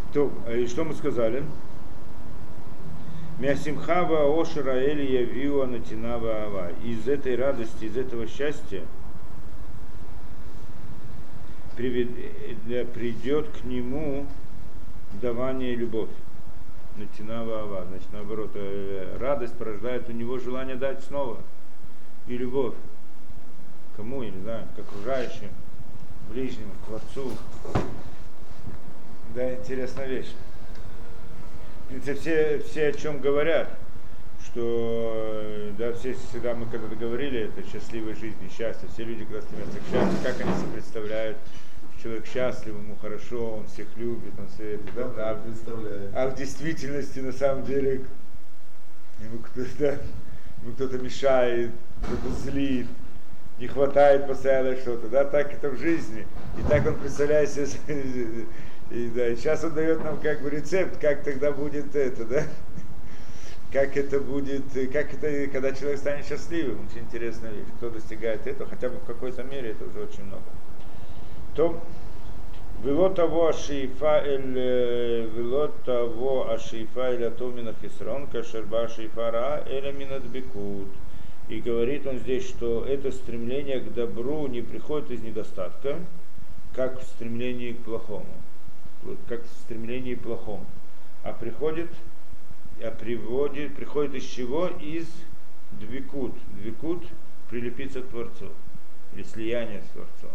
То, и что мы сказали? Мясимхава ошера эли явиуа натинава ава. Из этой радости, из этого счастья придет к нему давание и любовь. Натинава ава. Значит, наоборот, радость порождает у него желание дать снова. И любовь. Кому, я не знаю, к окружающим, ближним, к Творцу. Да, интересная вещь. Это все о чем говорят, что да, все всегда мы когда-то говорили, это счастливой жизни, счастье, все люди, когда стремятся к счастью, как они себе представляют, человек счастлив, ему хорошо, он всех любит, он все это, да, а в действительности на самом деле ему кто-то мешает, кто-то злит, не хватает постоянно что-то, да, так это в жизни, и так он представляет себе. И да, сейчас он дает нам как бы рецепт, как тогда будет это, да? Как это будет, как это, когда человек станет счастливым. Очень интересная вещь. Кто достигает этого, хотя бы в какой-то мере, это уже очень много. То вело того ашифа эль атомина хисрон, кашерба шифара эля минадбекут. И говорит он здесь, что это стремление к добру не приходит из недостатка, как в стремлении к плохому. Как в стремлении плохом, приходит из чего? Из двикут. Двикут прилепиться к Творцу, или слияние с Творцом.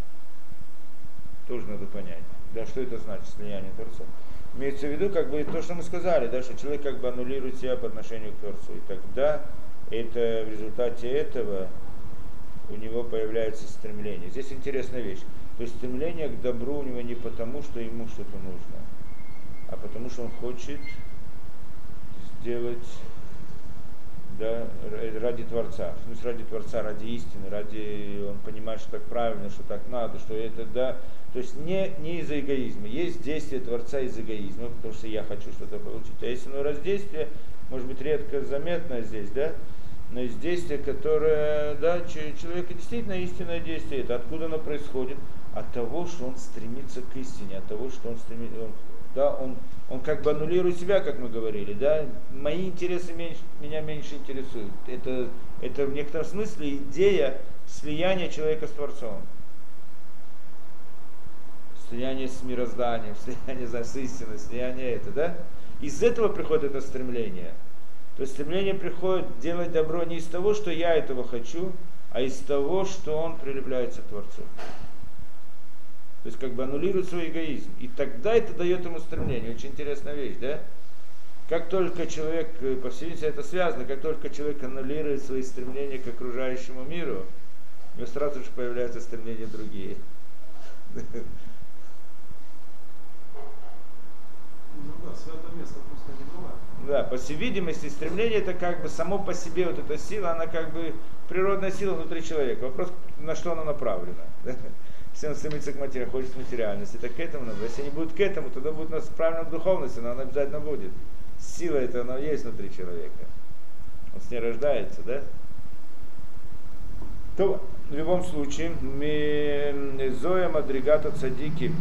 Тоже надо понять, да, что это значит, слияние с Творцом. Имеется в виду, как бы, то, что мы сказали, да, что человек как бы аннулирует себя по отношению к Творцу. И тогда это, в результате этого у него появляется стремление. Здесь интересная вещь. То есть стремление к добру у него не потому, что ему что-то нужно, а потому что он хочет сделать, да, ради Творца. В смысле, ради Творца, ради истины, он понимает, что так правильно, что так надо, что это, да. То есть не из-за эгоизма. Есть действие Творца из эгоизма, потому что я хочу что-то получить. А есть иное раздействие, может быть, редко заметно здесь, да, но есть действие, которое, да, человека действительно истинное действие. Это откуда оно происходит? От того, что он стремится к истине, от того, что он стремится, он как бы аннулирует себя, как мы говорили, да, мои интересы меня меньше интересуют. Это в некотором смысле идея слияния человека с Творцом. Слияние с мирозданием, слияние с истиной, слияние это, да? Из этого приходит это стремление. То есть стремление приходит делать добро не из того, что я этого хочу, а из того, что он прилепляется к Творцу. То есть как бы аннулирует свой эгоизм. И тогда это дает ему стремление. Очень интересная вещь, да? Как только человек, по всей видимости, это связано, как только человек аннулирует свои стремления к окружающему миру, у него сразу же появляются стремления другие. Ну да, святое место просто не бывает. Да, по всей видимости, стремление это как бы само по себе, вот эта сила, она как бы природная сила внутри человека. Вопрос, на что она направлена. Если он стремится к материи, хочет материальности, так к этому надо. Если не будет к этому, тогда будет направлено к духовности, но она обязательно будет. Сила это она есть внутри человека. Он с ней рождается, да? То в любом случае, Зоя Мадригата Цадики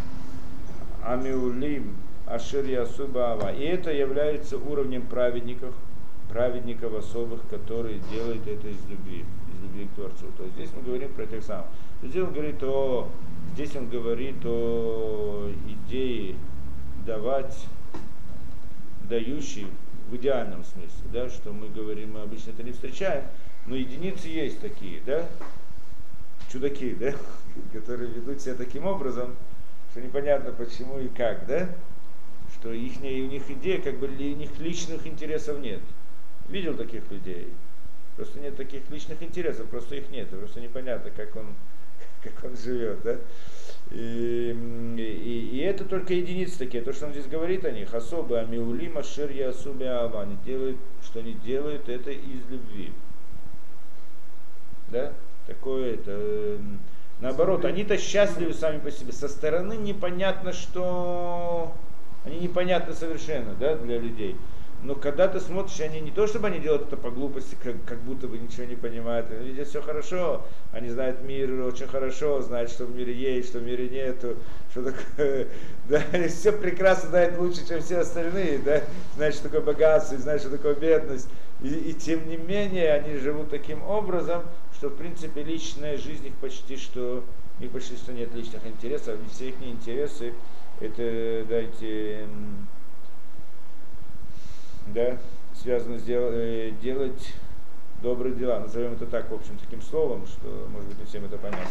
Амиулим Ашир Ясуба Ава. И это является уровнем праведников особых, которые делают это из любви к Творцу. То есть здесь мы говорим про тех самых. Здесь он говорит о идее давать, дающий в идеальном смысле, да, что мы говорим, мы обычно это не встречаем, но единицы есть такие, да, чудаки, да, которые ведут себя таким образом, что непонятно почему и как, да, что у них идея, как бы у них личных интересов нет. Видел таких людей? Просто нет таких личных интересов, просто их нет, просто непонятно, как он живет, да? И это только единицы такие, то, что он здесь говорит о них, особо амиулима ширья асубя ава, они делают, что они делают это из любви. Да? Такое это. Наоборот, они-то счастливы сами по себе. Со стороны непонятно, что они непонятны совершенно, да, для людей. Но когда ты смотришь, они не то чтобы они делают это по глупости, как будто бы ничего не понимают, они видят все хорошо, они знают мир очень хорошо, знают, что в мире есть, что в мире нету, что такое, да, они все прекрасно знают лучше, чем все остальные, да, знают, что такое богатство, знают, что такое бедность, и тем не менее они живут таким образом, что в принципе личная жизнь их почти что нет личных интересов, все их интересы это, дайте, да, связано с делать добрые дела. Назовем это так, в общем, таким словом, что, может быть, не всем это понятно.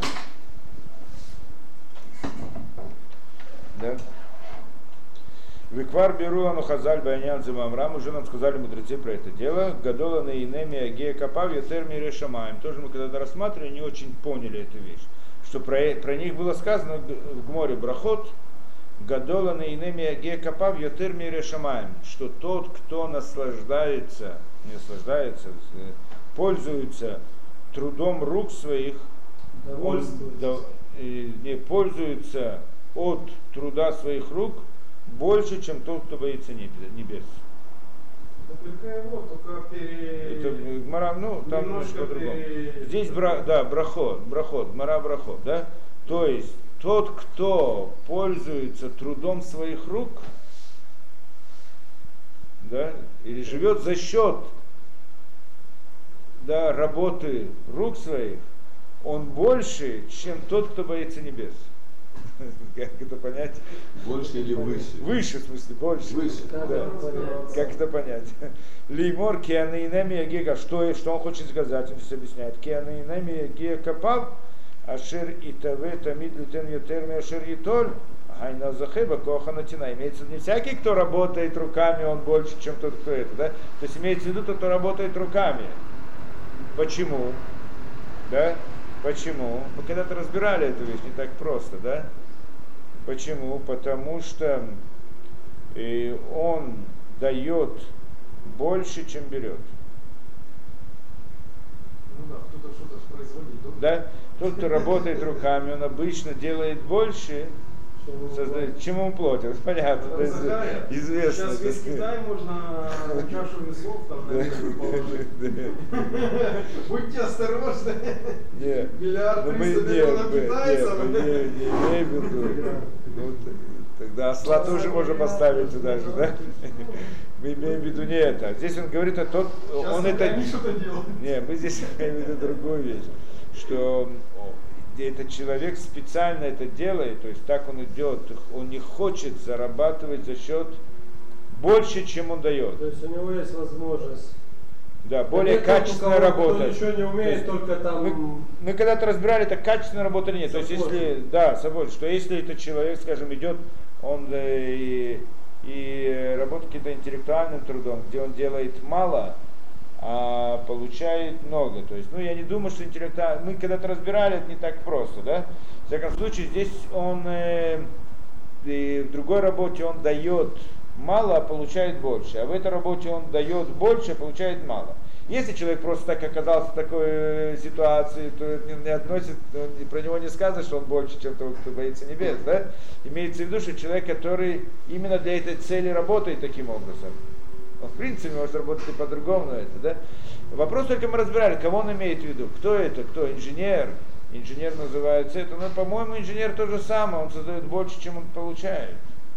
Да? Виквар Берула Нухазаль Байнян Зимамрам, уже нам сказали мудрецы про это дело. Гадола на Инемия Гея Капав Ятерми Решамаем. Тоже мы когда рассматривали, не очень поняли эту вещь. Что про них было сказано в Гморе Брахот, Гадола на Инемия Гея Капав Ятерми Решамаем. Что тот, кто пользуется трудом рук своих, он не пользуется от труда своих рук больше, чем тот, кто боится небес. Это только его, только Это Гмара, ну, там немножко по-другому. Здесь брахот, Гмара брахот, да? То есть, тот, кто пользуется трудом своих рук, да, или живет за счет, да, работы рук своих, он больше, чем тот, кто боится небес. Как это понять? Больше или выше? Выше, в смысле, больше. Выше. Да. Как это понять? Леймор кианаинемия гега. Что он хочет сказать? Он здесь объясняет. Кианаинемия гега капав, ашер и таве тамид лютен ютерми ашер и толь. Айна захеба коханатина. Имеется в виду не всякий, кто работает руками, он больше, чем тот, кто это. Да? То есть имеется в виду тот, кто работает руками. Почему? Да? Почему? Мы когда-то разбирали эту вещь, не так просто, да? Почему? Потому что он дает больше, чем берет. Ну да, кто-то что-то производит. Да? Тот, кто работает руками, он обычно делает больше, чем ему платят. Понятно. Известно. Сейчас весь Китай можно чашу весов там, наверное, положить. Будьте осторожны. Миллиард 300 миллионов китайцев. Не имею в виду. Тогда осла тоже можно поставить туда же, да? Мы имеем в виду не это. Здесь он говорит, а тот, он это... Не, мы здесь имеем в виду другую вещь, что этот человек специально это делает, то есть так он идет, он не хочет зарабатывать за счет больше, чем он дает. То есть у него есть возможность. Да, более качественно работать. Кто ничего не умеет, только там... Мы когда-то разбирали, это качественная работа или нет. То есть если, да, что если этот человек, скажем, идет, он и работает каким-то интеллектуальным трудом, где он делает мало, а получает много. То есть, я не думаю, что интеллектуально... Мы когда-то разбирали, это не так просто, да? В всяком случае, здесь он в другой работе он дает мало, а получает больше. А в этой работе он дает больше, а получает мало. Если человек просто так оказался в такой ситуации, то это не относит, про него не сказано, что он больше, чем тот, кто боится небес, да? Имеется в виду, что человек, который именно для этой цели работает таким образом. Он, в принципе, может работать и по-другому, но это, да? Вопрос только мы разбирали, кого он имеет в виду. Кто это? Кто? Инженер? Инженер называется это. Но, по-моему, инженер то же самое. Он создает больше, чем он получает.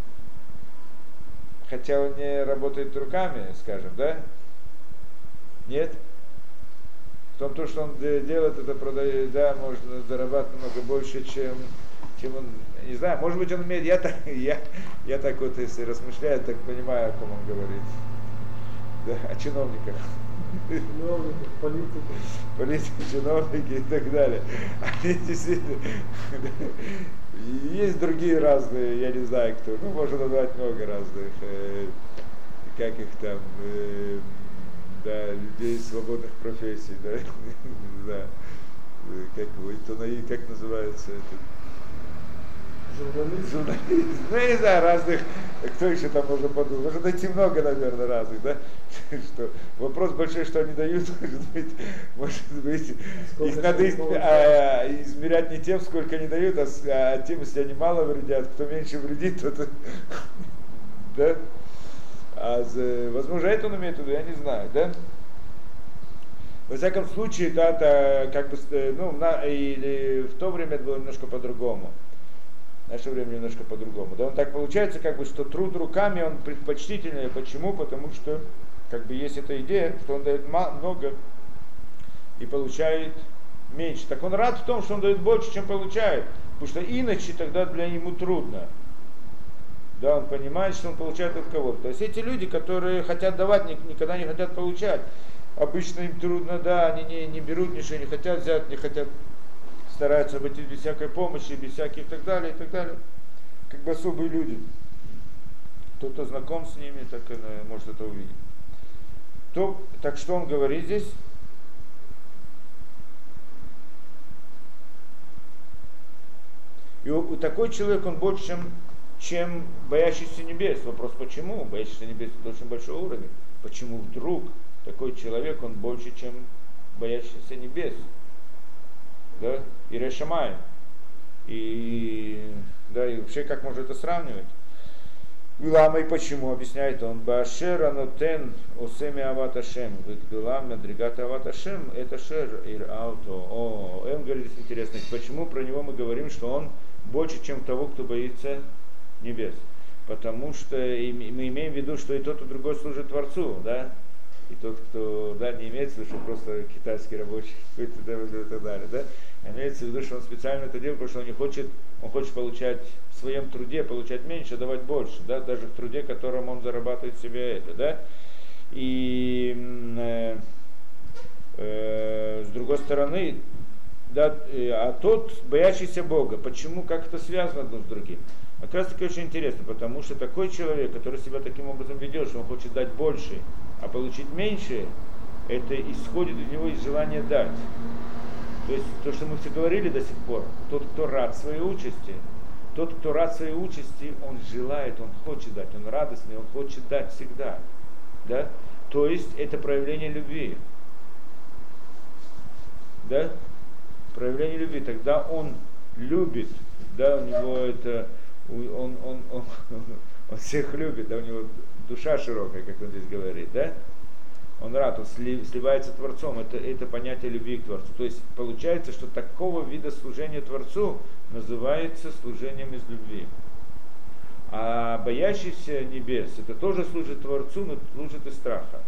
Хотя он не работает руками, скажем, да? Нет? В том, что он делает, это продает, да, можно зарабатывать много больше, чем он, не знаю, может быть он умеет, я так вот, если размышляю, так понимаю, о ком он говорит. Да, о чиновниках. Чиновники, политики, чиновники и так далее. Они действительно... Есть другие разные, я не знаю кто, можно назвать много разных, как их там, да, людей свободных профессий, да, да. Как называется это? Журналист. Я не знаю, разных, кто еще там можно подумать. Можно найти много, наверное, разных, да? Что вопрос большой, что они дают, может быть, их надо измерять не тем, сколько они дают, а тем, если они мало вредят. Кто меньше вредит, тот, да? Возможно, это он имеет в виду, я не знаю, да? Во всяком случае, да, это как бы, или в то время это было немножко по-другому. В наше время немножко по-другому. Да, он так получается, как бы, что труд руками, он предпочтительнее. Почему? Потому что, как бы, есть эта идея, что он дает много и получает меньше. Так он рад в том, что он дает больше, чем получает. Потому что иначе тогда для него трудно. Да, он понимает, что он получает от кого-то. То есть эти люди, которые хотят давать, никогда не хотят получать. Обычно им трудно, да, они не берут ничего, не хотят взять, не хотят, стараются обойтись без всякой помощи, без всяких и так далее, и так далее. Как бы особые люди. Тот, кто знаком с ними, так и может это увидеть. Так что он говорит здесь? И такой человек, он больше, чем боящийся небес. Вопрос, почему? Боящийся небес это очень большой уровень. Почему вдруг такой человек, он больше, чем боящийся небес? Да? И решамай. И вообще, как можно это сравнивать? Лама и почему, объясняет он, Башер анотен осеми ават Ашем, выкдулам надригат ават Ашем, это шер ир ауто. Он говорит здесь интересно, почему про него мы говорим, что он больше, чем того, кто боится небес. Потому что мы имеем в виду, что и тот, и другой служит Творцу, да? И тот, кто, да, не имеется в виду, что просто китайский рабочий, и так далее, да? Имеется в виду, что он специально это делает, потому что он хочет получать в своем труде, получать меньше, давать больше, да, даже в труде, которым он зарабатывает себе это, да. И с другой стороны, да, а тот боящийся Бога, почему, как это связано одно с другим? Как раз таки очень интересно, потому что такой человек, который себя таким образом ведет, что он хочет дать больше, а получить меньше, это исходит у него из желания дать. То есть то, что мы все говорили до сих пор, тот, кто рад своей участи, он желает, он хочет дать, он радостный, он хочет дать всегда. Да? То есть это проявление любви. Да? Проявление любви. Тогда он любит, да, у него это, он всех любит, да, у него душа широкая, как он здесь говорит, да? Он рад, он сливается Творцом, это понятие любви к Творцу. То есть получается, что такого вида служения Творцу называется служением из любви. А боящийся небес, это тоже служит Творцу, но служит из страха.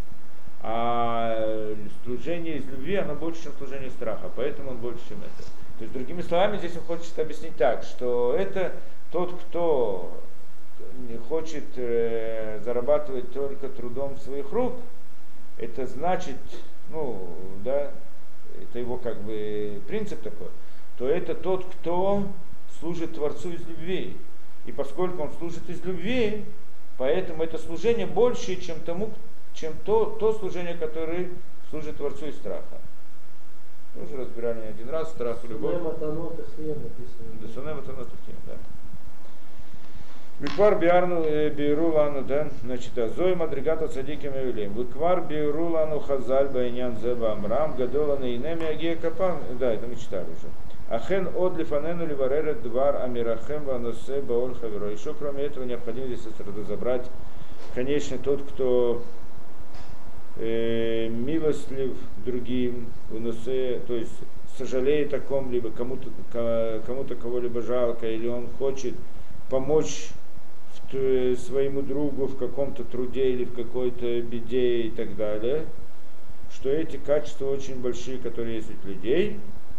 А служение из любви, оно больше, чем служение из страха, поэтому он больше, чем это. То есть, другими словами, здесь он хочет объяснить так, что это тот, кто не хочет зарабатывать только трудом своих рук, это значит, это его как бы принцип такой, то это тот, кто служит Творцу из любви. И поскольку он служит из любви, поэтому это служение больше, чем то служение, которое служит Творцу из страха. Мы уже разбирали не один раз, страх и любовь. Да. Виквар биару лану, да, значит, зои мадригата цадиким явлем. Виквар биару лану хазаль байнян зеба амрам гадолана инеми агия капан. Да, это мы читали уже. Ахен од лифанену ливаререт двар амирахем ваносе баоль хаверо. Еще кроме этого необходимо здесь разобрать, конечно, тот, кто милостлив другим, ваносе, то есть сожалеет о ком-либо, кому-то кого-либо жалко, или он хочет помочь своему другу в каком-то труде или в какой-то беде и так далее, что эти качества очень большие, которые есть у людей,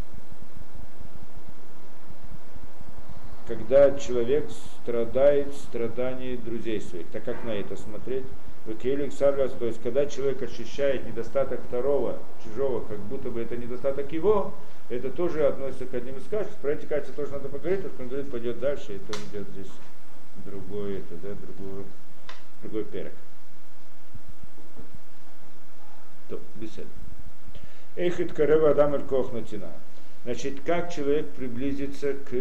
когда человек страдает страданий друзей своих. Так как на это смотреть? То есть, когда человек ощущает недостаток второго, чужого, как будто бы это недостаток его, это тоже относится к одним из качеств. Про эти качества тоже надо поговорить, потому что он говорит, пойдет дальше, и то он идет здесь другой перек. То, беседа. Эхит карева адам эль кох натина. Значит, как человек приблизится к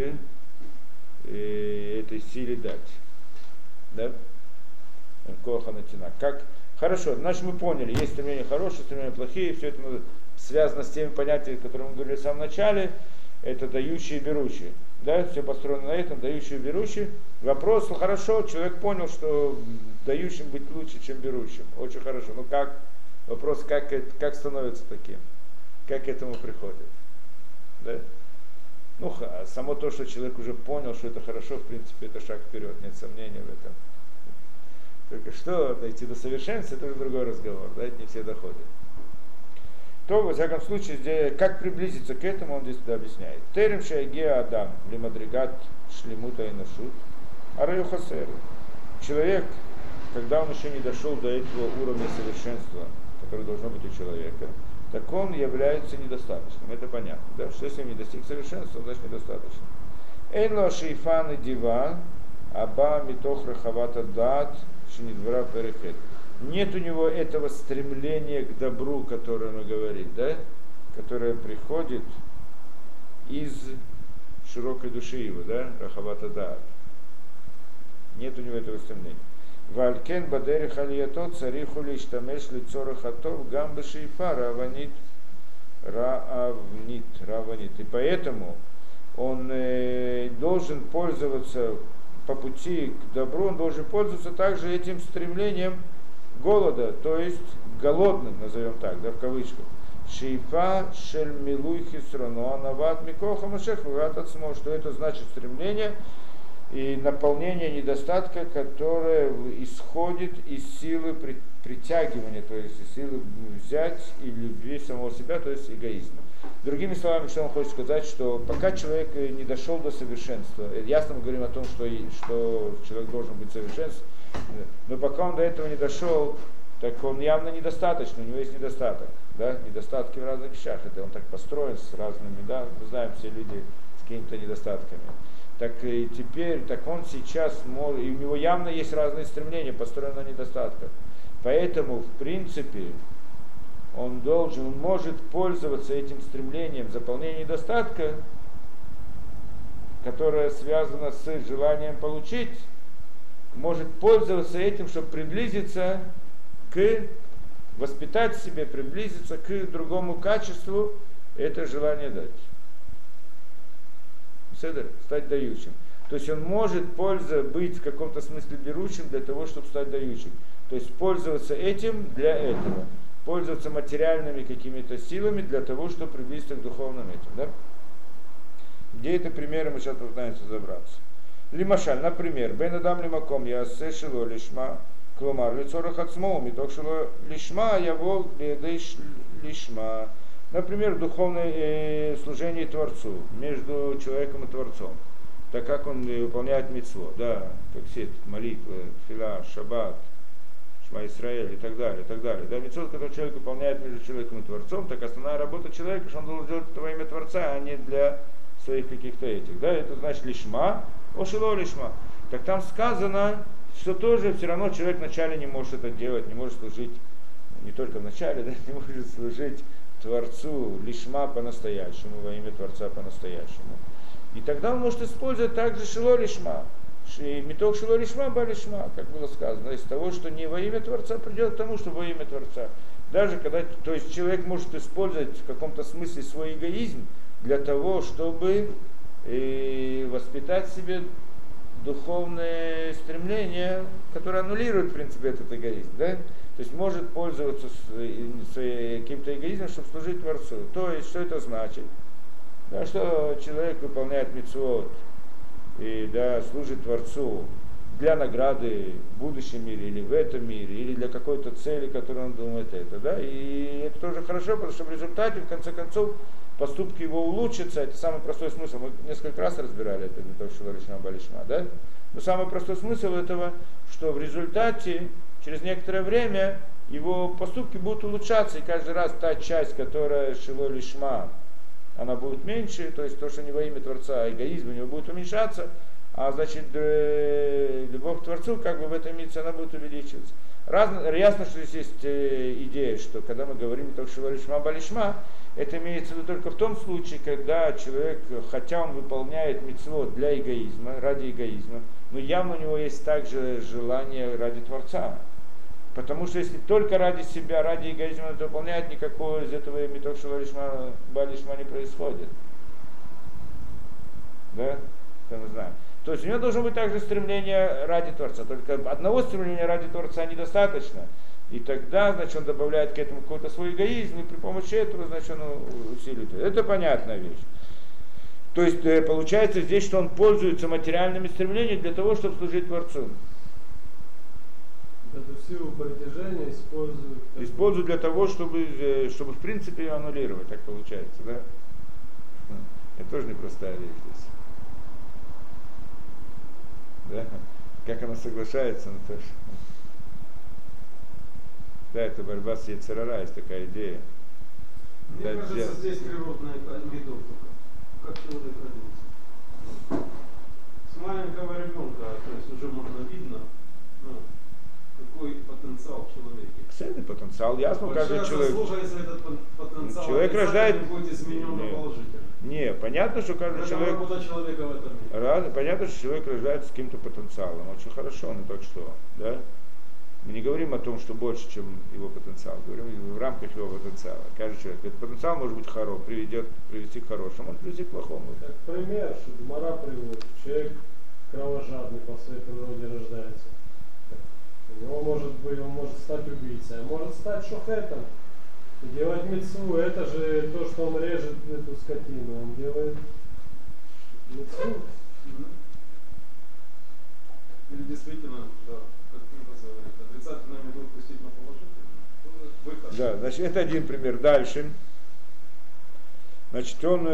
этой силе дать? Да? Коха натина. Как? Хорошо, значит мы поняли, есть стремления хорошие, стремления плохие, все это связано с теми понятиями, которые мы говорили в самом начале, это дающие и берущие. Да, все построено на этом, дающий и берущий. Вопрос, хорошо, человек понял, что дающим быть лучше, чем берущим. Очень хорошо. Ну как? Вопрос, как становится таким? Как к этому приходит? Да? Ну, само то, что человек уже понял, что это хорошо, в принципе, это шаг вперед, нет сомнений в этом. Только что дойти до совершенства, это уже другой разговор, да, это не все доходят. То, во всяком случае, здесь, как приблизиться к этому, он здесь туда объясняет. Терем шайгеа адам, лимадригат шлемута и нашут, араю хасеру. Человек, когда он еще не дошел до этого уровня совершенства, который должно быть у человека, так он является недостаточным. Это понятно, да? Что если он не достиг совершенства, он значит недостаточно. Эйнло шейфан и дива, аба митох рахавата дат, шинидвара перехет. Нет у него этого стремления к добру, которое он говорит, да? Которое приходит из широкой души его, да? Рахавата дат. Нет у него этого стремления. Валькен бадери халиято цариху лиштамеш лицора хатов гамбы шейфа раванит. И поэтому он должен пользоваться по пути к добру, он должен пользоваться также этим стремлением голода, то есть голодным, назовем так, да, в кавычках. Шейфа шель милуй хисроно анават микоха машех ват отсмо, что это значит стремление и наполнение недостатка, которое исходит из силы притягивания, то есть из силы взять и любви самого себя, то есть эгоизма. Другими словами, что он хочет сказать, что пока человек не дошел до совершенства, ясно мы говорим о том, что человек должен быть совершенством, но пока он до этого не дошел, так он явно недостаточно, у него есть недостаток, да? Недостатки в разных вещах, это он так построен с разными, да, мы знаем все люди с какими-то недостатками. Так и теперь, так он сейчас, и у него явно есть разные стремления, построены на недостатках. Поэтому, в принципе, он может пользоваться этим стремлением заполнения недостатка, которое связано с желанием получить, может пользоваться этим, чтобы приблизиться воспитать в себе, приблизиться к другому качеству, это желание дать. Стать дающим. То есть он может быть в каком-то смысле берущим для того, чтобы стать дающим. То есть пользоваться этим для этого. Пользоваться материальными какими-то силами для того, чтобы приблизиться к духовным этим. Да? Где это примеры, мы сейчас попытаемся разобраться. Лимашаль, например, бен адам лимаком ясе шило лишма, кломар лицорах ацмо, миток шило лишма, яво ледейш лишма. Например, духовное служение Творцу, между человеком и Творцом, так как он выполняет мицвот, да, как все молитвы, тфила, шаббат, шма Исраэль и так далее, и так далее. Да, мицвот, который человек выполняет между человеком и Творцом, так основная работа человека, что он должен делать это во имя Творца, а не для своих каких-то этих. Да, это значит лишма, ошило лишма. Так там сказано, что тоже все равно человек вначале не может это делать, не может служить, не только вначале, да, не может служить Творцу лишма по-настоящему, во имя Творца по-настоящему. И тогда он может использовать также шило лишма. Миток шило лишма, ба лишма, как было сказано, из того, что не во имя Творца придет к тому, что во имя Творца. Даже когда, то есть человек может использовать в каком-то смысле свой эгоизм для того, чтобы воспитать в себе духовное стремление, которое аннулирует, в принципе, этот эгоизм. Да? То есть может пользоваться каким-то эгоизмом, чтобы служить Творцу. То есть, что это значит? Да, что человек выполняет мицвот и да, служит Творцу для награды в будущем мире или в этом мире, или для какой-то цели, которую он думает это. Да? И это тоже хорошо, потому что в результате, в конце концов, поступки его улучшатся. Это самый простой смысл. Мы несколько раз разбирали это, не то, что лишма, балишма, да? Но самый простой смысл этого, что в результате через некоторое время его поступки будут улучшаться, и каждый раз та часть, которая шило лишма, она будет меньше, то есть то, что не во имя Творца, а эгоизм у него будет уменьшаться, а значит любовь к Творцу, как бы в этом месяце она будет увеличиваться. Ясно, что здесь есть идея, что когда мы говорим только шило лишма, балишма, это имеется в виду только в том случае, когда человек, хотя он выполняет мицвот для эгоизма, ради эгоизма, но явно у него есть также желание ради Творца. Потому что если только ради себя, ради эгоизма он это выполняет, никакого из этого миток шило лишма, балишма не происходит. Да? это мы знаем. То есть у него должно быть также стремление ради Творца. Только одного стремления ради Творца недостаточно. И тогда, значит, он добавляет к этому какой-то свой эгоизм, и при помощи этого, значит, он усиливает. Это понятная вещь. То есть получается здесь, что он пользуется материальными стремлениями для того, чтобы служить Творцу. Эту силу притяжения используют. Используют для того, чтобы в принципе ее аннулировать, так получается, да? Это тоже непростая вещь здесь. Да? Как она соглашается на то, что... Да, это борьба с Ецер-ара, есть такая идея. Мне кажется, здесь природная видов только. Как человек родился. С маленького ребенка, то есть уже можно видно, какой потенциал в человеке. Ценный потенциал, ясно, каждый человек. Слушается этот потенциал. Человек рождает. Будет изменен положительно. Не, понятно, что каждый человек. Человека в этом мире. Понятно, что человек рождается с каким-то потенциалом. Очень хорошо, но так что, да? Мы не говорим о том, что больше, чем его потенциал. Говорим в рамках его потенциала. Каждый человек. Этот потенциал может быть хорош, привести к хорошему, может привести к плохому. Как пример, что Гмара приводит, человек кровожадный по своей природе рождается. У него может быть, он может стать убийцей, а может стать шохетом. И делать мицву, это же то, что он режет эту скотину. Он делает мицву. Или действительно, да, как Миха говорит, отрицательное могу пустить на положительное. Выход. Да, значит, это один пример. Дальше. Значит, он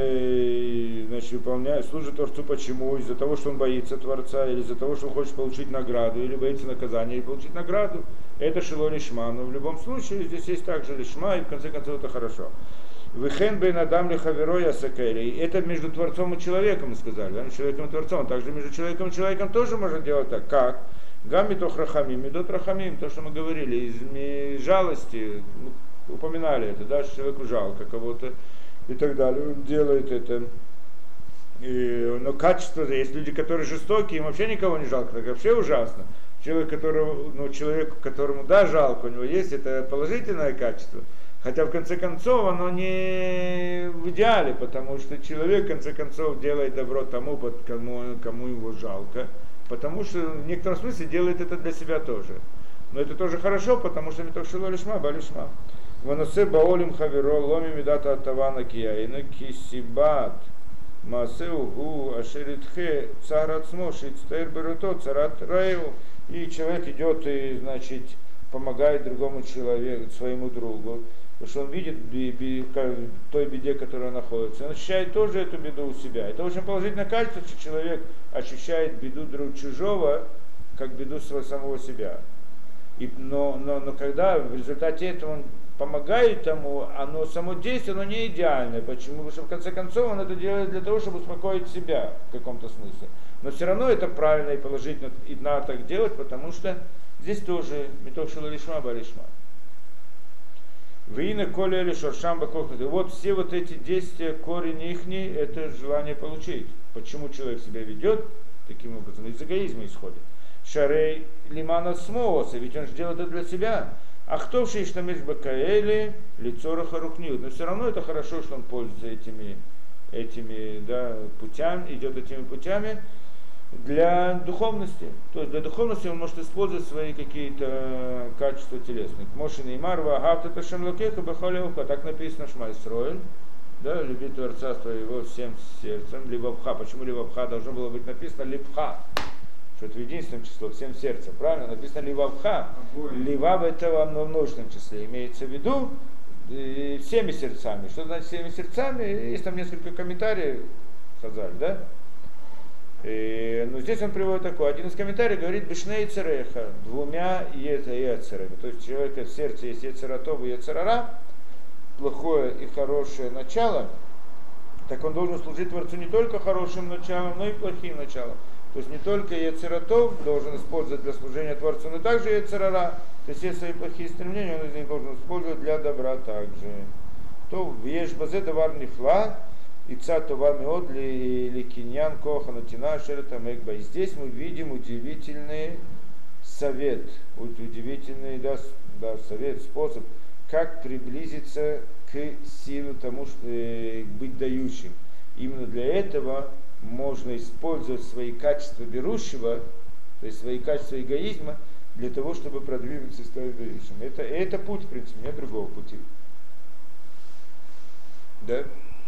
служит Творцу почему? Из-за того, что он боится Творца, или из-за того, что он хочет получить награду, или боится наказания, или получить награду. Это шило лишма. Но в любом случае здесь есть также лишма, и в конце концов это хорошо. Вихен бен адам лихаверо ясакели. Это между Творцом и человеком, мы сказали, да? Человеком и Творцом. Также между человеком и человеком тоже можно делать так. Как? Гаммитох рахамим, медот рахамим, то, что мы говорили, из жалости, упоминали это, да, что человеку жалко кого-то и так далее. Он делает это. Но качество, есть люди, которые жестокие, им вообще никого не жалко, так вообще ужасно. Человек, которому да, жалко, у него есть это положительное качество. Хотя в конце концов оно не в идеале, потому что человек в конце концов делает добро тому, кому его жалко, потому что в некотором смысле делает это для себя тоже. Но это тоже хорошо, потому что митох шило лишма, балишма. Ваносе баолим хаверо ломи медата атавана кияина кисибат масеу гу ашеритхе царацмо шицтейр беруто царат раеву. И человек идет и, значит, помогает другому человеку, своему другу, потому что он видит той беде, которая находится. Он ощущает тоже эту беду у себя. Это очень положительное качество, что человек ощущает беду друг чужого, как беду самого себя. Но когда в результате этого он помогает тому, оно само действие, оно не идеальное. Почему? Потому что в конце концов он это делает для того, чтобы успокоить себя в каком-то смысле. Но все равно это правильно и положительно, и надо так делать, потому что здесь тоже митох шило лишма балишма. Вина коля или шоршам бакохнут. И вот все вот эти действия, корень ихний, это желание получить. Почему человек себя ведет таким образом? Из эгоизма исходит. Шарей лимана смооса, ведь он же делает это для себя. А кто в шиштамиш бакаэли, лицо рахарухнил. Но все равно это хорошо, что он пользуется этими да, путями, идет этими путями для духовности. То есть для духовности он может использовать свои какие-то качества телесные. Мошин и Марва, Агавта Ташем Локеха Бахалеуха, так написано в Шма Исроэль. Да, люби Творца твоего всем сердцем, либо Бха. Почему либо Бха должно было быть написано Либха? Что это в единственном числе, всем сердцем, правильно? Написано Ливавха. Ливав это во множественном числе. Имеется в виду всеми сердцами. Что значит всеми сердцами? Есть там несколько комментариев, Хазаль, да? Но здесь он приводит такой. Один из комментариев говорит Бишней Цереха, двумя яцерами. То есть у человека в сердце есть яцератов и яцерара, плохое и хорошее начало. Так он должен служить Творцу не только хорошим началом, но и плохим началом. То есть не только яцератов должен использовать для служения Творцу, но также яцерара. То есть все свои плохие стремления он из них должен использовать для добра также. То ешь базе товар нифла, и цатова меод ли киньян коха натина шерета мегба. И здесь мы видим удивительный совет, удивительный совет, способ, как приблизиться к силе тому, что быть дающим. Именно для этого можно использовать свои качества берущего, то есть свои качества эгоизма, для того, чтобы продвинуться и стать дающим. Это путь, в принципе, нет другого пути. Да?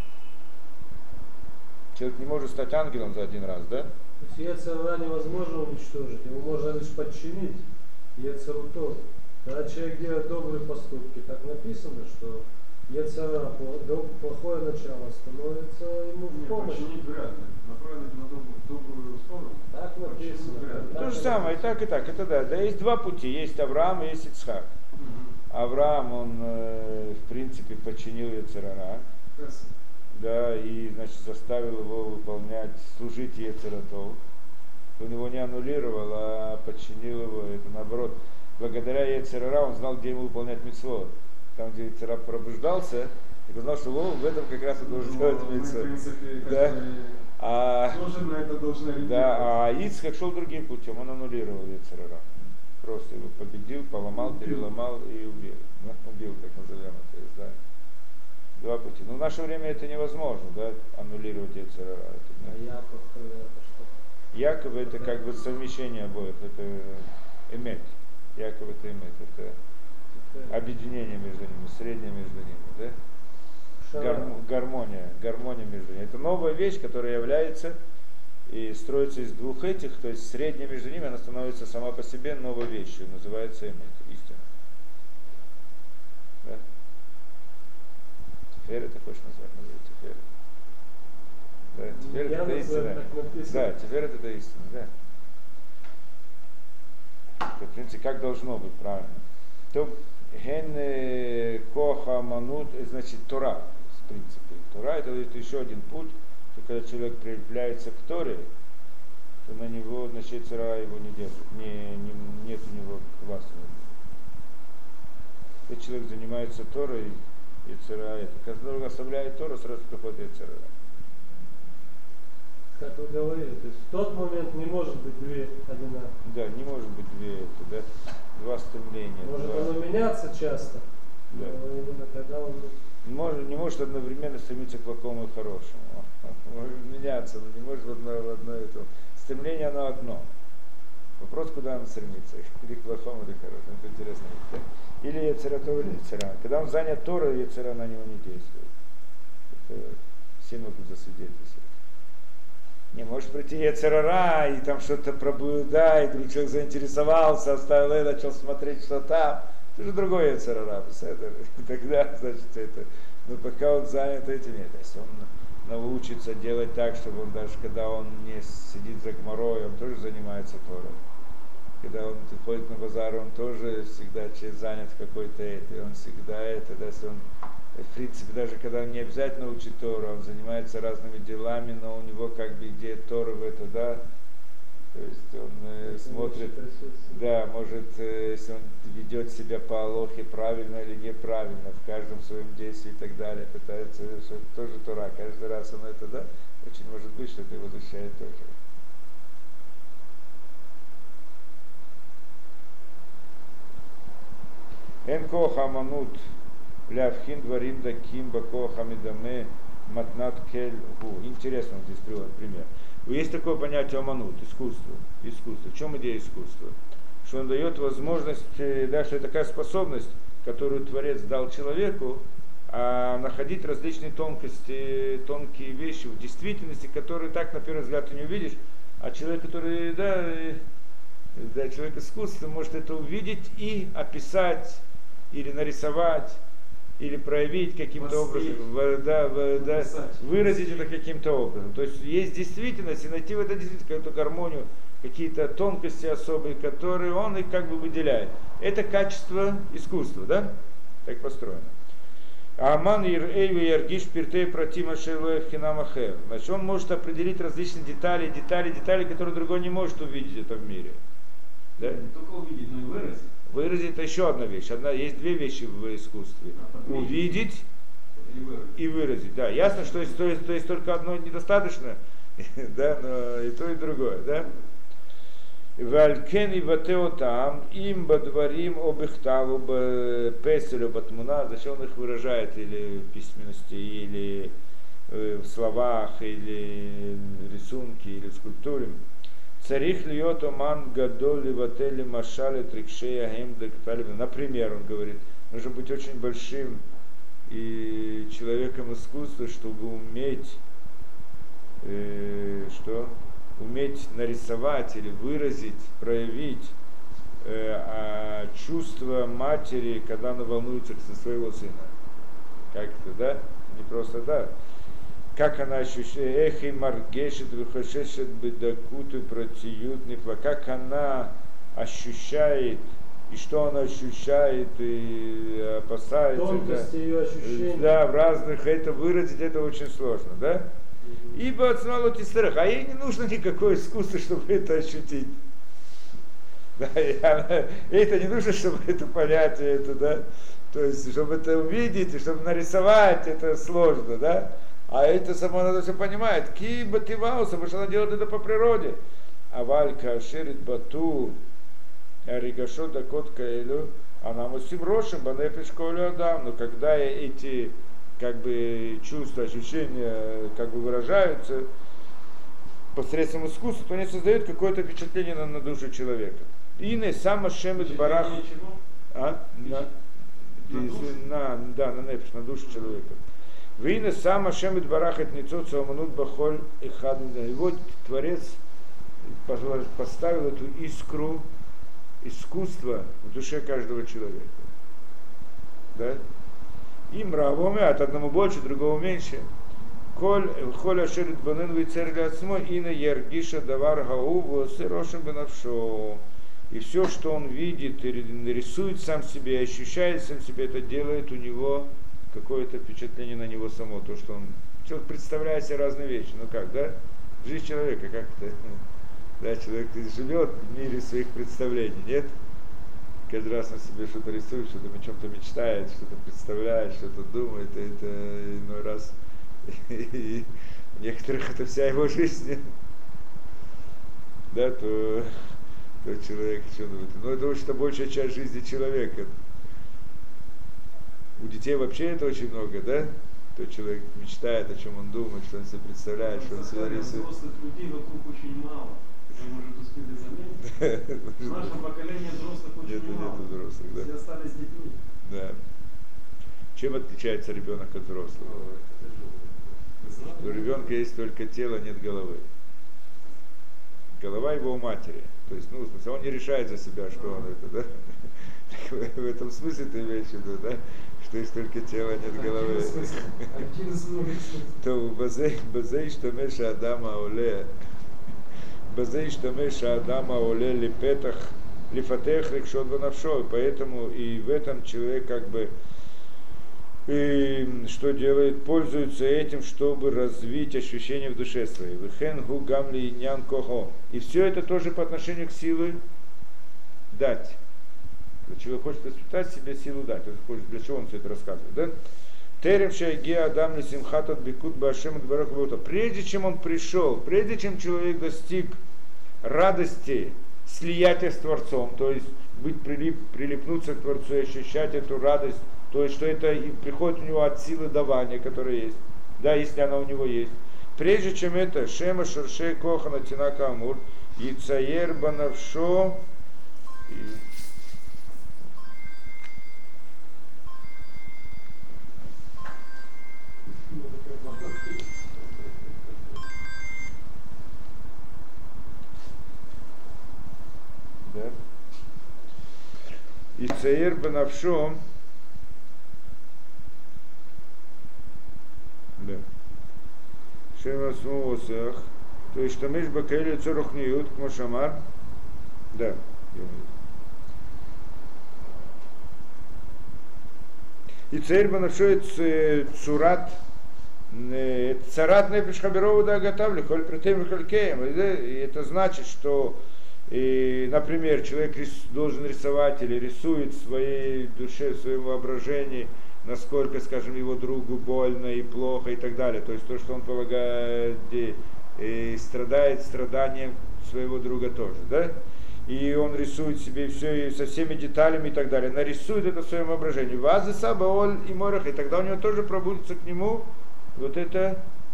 Человек не может стать ангелом за один раз, да? То есть Ецер-Ара невозможно уничтожить, его можно лишь подчинить Ецеру тоже. Когда человек делает добрые поступки, так написано, что Ецер-Ара, плохое начало, становится ему в помощь. Починить вряд ли. Направить на добрую сторону. Так написано. То же самое, и так, и так. Это да. Да, есть два пути. Есть Авраам и есть Ицхак. Авраам, он, в принципе, подчинил Ецер-Ара. Да, и, значит, заставил его выполнять, служить Ецер-Атов. Он его не аннулировал, а подчинил его. Это наоборот. Благодаря Ецер-Ара он знал, где ему выполнять мицвот. Там, где Ецер-Ара пробуждался, и он знал, что в этом как раз он должен делать мицвот. Да. Тоже на это должны реагировать. Да, а Ицхак шел другим путем, он аннулировал Ецер-Ара. Просто его победил, поломал, переломал и убил. Ну, убил, так назовем это. То есть, да. Два пути. Но в наше время это невозможно, да, аннулировать Ецер-Ара. А Яков, это что? Яков это как бы совмещение обоих, это эмет. Яков это эмет, это объединение между ними, среднее между ними, да? Гармония между ними. Это новая вещь, которая является и строится из двух этих, то есть средняя между ними, она становится сама по себе новой вещью, называется эмет, истина. Да? Тифер это хочешь назвать? Тифер. Да, Тифер это истина. Да, Тифер это истина, да. Это, в принципе, как должно быть, правильно. То ген коха манут, значит, Тора, в принципе. Тора это еще один путь, что когда человек прилепляется к Торе, то на него, значит, Ецер-Ара его не держит, нет у него власти. Если человек занимается Торой, Ецер-Ара, это, когда оставляет Тору, сразу приходит Ецер-Ара. Как вы говорили, то есть в тот момент не может быть две одинаковые. Да, не может быть да? Два стремления. Может оно меняться часто, да. Но именно когда он... Не может одновременно стремиться к плохому и хорошему. Может меняться, но не может в одно это. Стремление оно одно. Вопрос, куда он стремится, или к плохому, или к хорошему. Это интересно. Да? Или Ецер-Ара, или Ецер-Ара. Когда он занят Торой, Ецер-Ара на него не действует. Это все могут засвидетельствовать. Не может прийти Ецер-Ара, и там что-то пробудает, и вдруг человек заинтересовался, оставил это, начал смотреть, что там. Это же другой Ецер-Ара, тогда, значит, это. Но пока он занят этим, нет. Если он научится делать так, чтобы он даже, когда он не сидит за гмарой, он тоже занимается Торой. Когда он ходит на базар, он тоже всегда занят в какой-то этой, он всегда это, да, если он, в принципе, даже когда он не обязательно учит Тору, он занимается разными делами, но у него как бы идея Торы в это, да, то есть он смотрит, да, может, если он ведет себя по Алохе правильно или неправильно, в каждом своем действии и так далее, пытается, что это тоже Тора, каждый раз он это, да, очень может быть, что это его защищает тоже. Эн коха манут лявхин дворим даким бакоха медаме матнат кель гу. Интересно, он здесь приводит пример. Есть такое понятие аманут, искусство. В чем идея искусства? Что он дает возможность, да, что это такая способность, которую Творец дал человеку, находить различные тонкости, тонкие вещи в действительности, которые так на первый взгляд ты не увидишь, а человек, который, да, человек искусства может это увидеть и описать, или нарисовать, или проявить каким-то образом, выразить это каким-то образом. То есть есть действительность, и найти в этой действительности какую-то гармонию, какие-то тонкости особые, которые он их как бы выделяет. Это качество искусства, да? Так построено. Аман Ирейви Яргиш Пиртей Протима Шелуев Хинамахер. Значит, он может определить различные детали, которые другой не может увидеть это в мире. Да? Не только увидеть, но и выразить. Выразить это еще одна вещь. Есть две вещи в искусстве. Увидеть и выразить. Да, ясно, что есть только одно недостаточно, да, но и то, и другое, да. Валькен и ватеотам им бадварим обихтаву песелю батмуна. Зачем он их выражает или в письменности, или в словах или рисунке или скульптуре. Царих льет оман гадоли ватели машали трикшея гемдек. Например, он говорит, нужно быть очень большим и человеком искусства, чтобы уметь уметь нарисовать или выразить, проявить чувство матери, когда она волнуется за своего сына. Как это, да? Не просто да. Как она ощущает, эхи маргешет, выхошешет бедакуту протиют нефла, как она ощущает, и что она ощущает, и опасается. Тонкости ее ощущений. Да, в разных, это выразить, это очень сложно, да? Ибо от смолоти старых, а ей не нужно никакое искусство, чтобы это ощутить. Да, ей это не нужно, чтобы это понять, это, да? То есть, чтобы это увидеть, и чтобы нарисовать, это сложно, да? А это само надо все понимает. Киба тивауса, потому что она делает это по природе. А валька шерит бату, ригашо дакот каэлю, она мусим рошим, банефиш колю адам. Но когда эти как бы чувства, ощущения как бы выражаются посредством искусства, то они создают какое-то впечатление на душу человека. Ине сама шемет барах. На нефиш, на душу человека. Вина сама шемет барахет ницот саманут бахоль и хадуда. И вот Творец поставил эту искру искусства в душе каждого человека. Да? И мравоме, от одному больше, другого меньше. Коль ашерит банен вейцер ляцмо, ина яргиша давар гау сырошим бенавшо. И все, что он видит, и рисует сам себе, ощущает сам себе, это делает у него какое-то впечатление на него само. То, что он человек представляет себе разные вещи. Ну как, да? Жизнь человека, как это? Да, человек живет в мире своих представлений, нет? Каждый раз на себе что-то рисует, что-то о чем-то мечтает, что-то представляет, что-то думает, и это иной раз и у некоторых это вся его жизнь, да, то человек что думает. Но это очень большая часть жизни человека. У детей вообще это очень много, да? То человек мечтает, о чем он думает, что он себе представляет, что он себе рисует. Взрослых людей вокруг очень мало. Вы, может, успели заметить. В нашем поколении взрослых очень мало. Нету взрослых, да. Все остались детьми. Да. Чем отличается ребенок от взрослого? У ребенка есть только тело, нет головы. Голова его у матери. То есть, в смысле, он не решает за себя, что он это, да? В этом смысле ты имеешь в виду, да? Что есть только тело, нет головы. Один из многих смыслов. То базей штамеша Адама оле. Базей штамеша Адама оле липетах лифатех рикшот ванавшо. Поэтому и в этом человек как бы и что делает, пользуется этим, чтобы развить ощущения в душе своей. Вихен гу гамли иньян кохо. И все это тоже по отношению к силе дать. Человек хочет испытать себе силу дать. Он хочет, для чего он все это рассказывает, да? Терем шайге адам ли симхатот бикут башем дбараху. Прежде чем он пришел, прежде чем человек достиг радости слияния с Творцом, то есть прилипнуться к Творцу и ощущать эту радость, то есть что это приходит у него от силы давания, которая есть, да, если она у него есть. Прежде чем это, шема шершей кохана тинака амур, яцаер банавшо, да. Яцаер банавшо, да. Шема смуосах, то есть что меж бакаэли цорохниют, к мошамар, да, и царь банавшо цурат, царат нефиш хабирову да готовли, холь претем халькеем. Это значит, что, например, человек должен рисовать или рисует в своей душе, в своем воображении, насколько, скажем, его другу больно и плохо и так далее. То есть то, что он полагает, и страдает страданием своего друга тоже, да? И он рисует себе все и со всеми деталями и так далее. Нарисует это в своем воображении. Вазы сабаоль и морах, и тогда у него тоже пробудется к нему вот это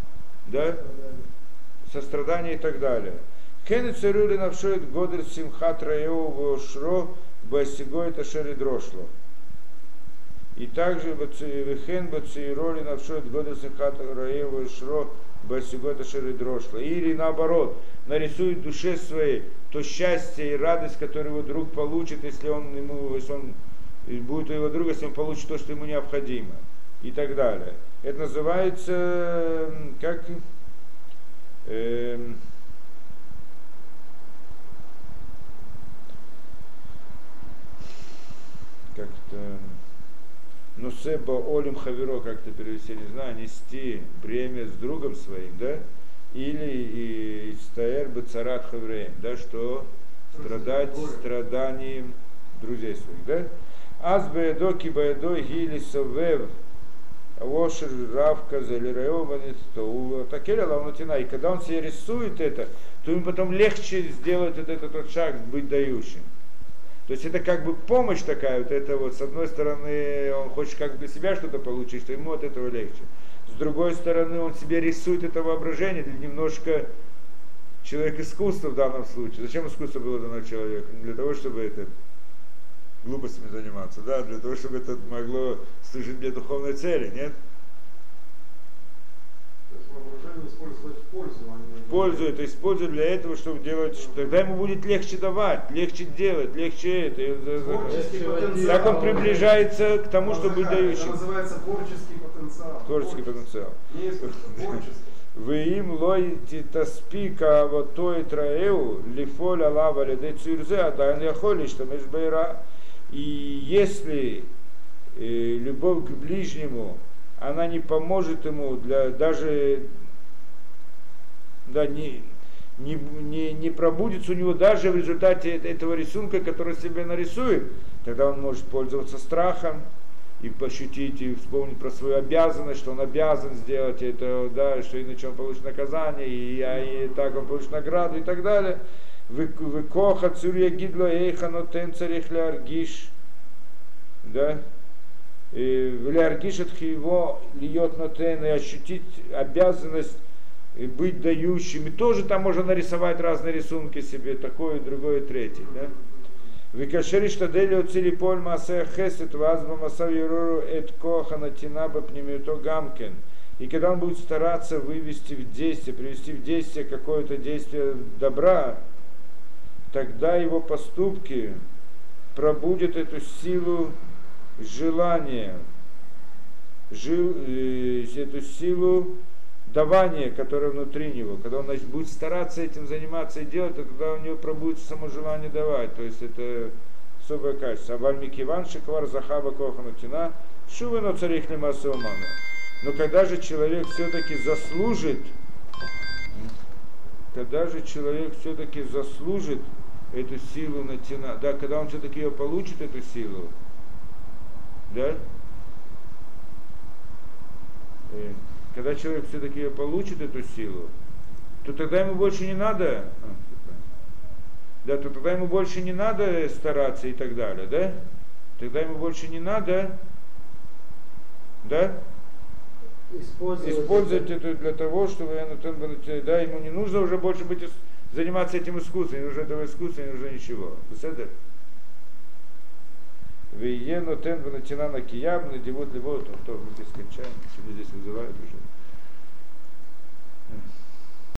да, сострадание и так далее. Кен цирюли навшоет годель симхат раеу шро басигой ташери дрошло. И также вехен бацироли навшоет годель симхат раеу шро басигой ташери дрошло. Или наоборот, нарисует в душе своей то счастье и радость, которое его друг получит, если он будет у его друга, если он получит то, что ему необходимо. И так далее. Это называется как как-то нусеба олим хаверо, как-то перевести, не знаю, нести бремя с другом своим, да? Или истаэр бацарат хавреем, да, что страдать страданием друзей своих, да? Аз баэдо ки баэдо гили совев лошер равка залираеванит то такеля лавнутина. И когда он себе рисует это, то ему потом легче сделать этот шаг, быть дающим. То есть это как бы помощь такая, вот это вот, с одной стороны, он хочет как бы для себя что-то получить, что ему от этого легче. С другой стороны, он себе рисует это воображение, для немножко человек искусства в данном случае. Зачем искусство было дано человеку? Не для того, чтобы это глупостями заниматься, да, для того, чтобы это могло служить для духовной цели, нет? То есть воображение использовать в пользу, а не... В пользу это использует для этого, чтобы делать, тогда ему будет легче давать, легче делать, легче это. Творческий потенциал. Так он приближается к тому, чтобы быть дающим. Это называется творческий потенциал. Творческий потенциал. Не искусство, творческий. Вы им лоите таспика вот той траеу лифоль алава леде цюрзе, а да не холишь там эшбейра. И если любовь к ближнему, она не поможет ему даже не пробудется у него даже в результате этого рисунка, который себе нарисует, тогда он может пользоваться страхом и пощутить, и вспомнить про свою обязанность, что он обязан сделать это, да, что иначе он получит наказание, и так он получит награду и так далее. Выкоха цурья гидло эйханотен царих ляргиш, да, ляргиш от его льет нотен, и ощутить обязанность быть дающим. И тоже там можно нарисовать разные рисунки себе, такое, другое, третье, да. Викашери штадели оцили поль масея хесет вазба масав юрору эт коха натинаба пнемиуто гамкен. И когда он будет стараться вывести в действие, привести в действие какое-то действие добра, тогда его поступки пробудят эту силу желания, эту силу давания, которое внутри него. Когда он будет стараться этим заниматься и делать, то тогда у него пробудется само желание давать. То есть это особое качество. Авальмики Иван Шиквар Захаба Коханутина Шувено царих Лимасумана. Но когда же человек все-таки заслужит, эту силу натина, да, когда он все-таки ее получит, эту силу, да, когда человек все-таки ее получит, эту силу, то тогда ему больше не надо, то тогда ему больше не надо стараться и так далее, да? Тогда ему больше не надо, да? Использовать это для того, чтобы, да, ему не нужно уже больше заниматься этим искусством, не нужно этого искусства, не нужно ничего. Виену тен ванатина на кияб, надевут ли вот, то мы здесь кончаем, сегодня здесь вызывают уже.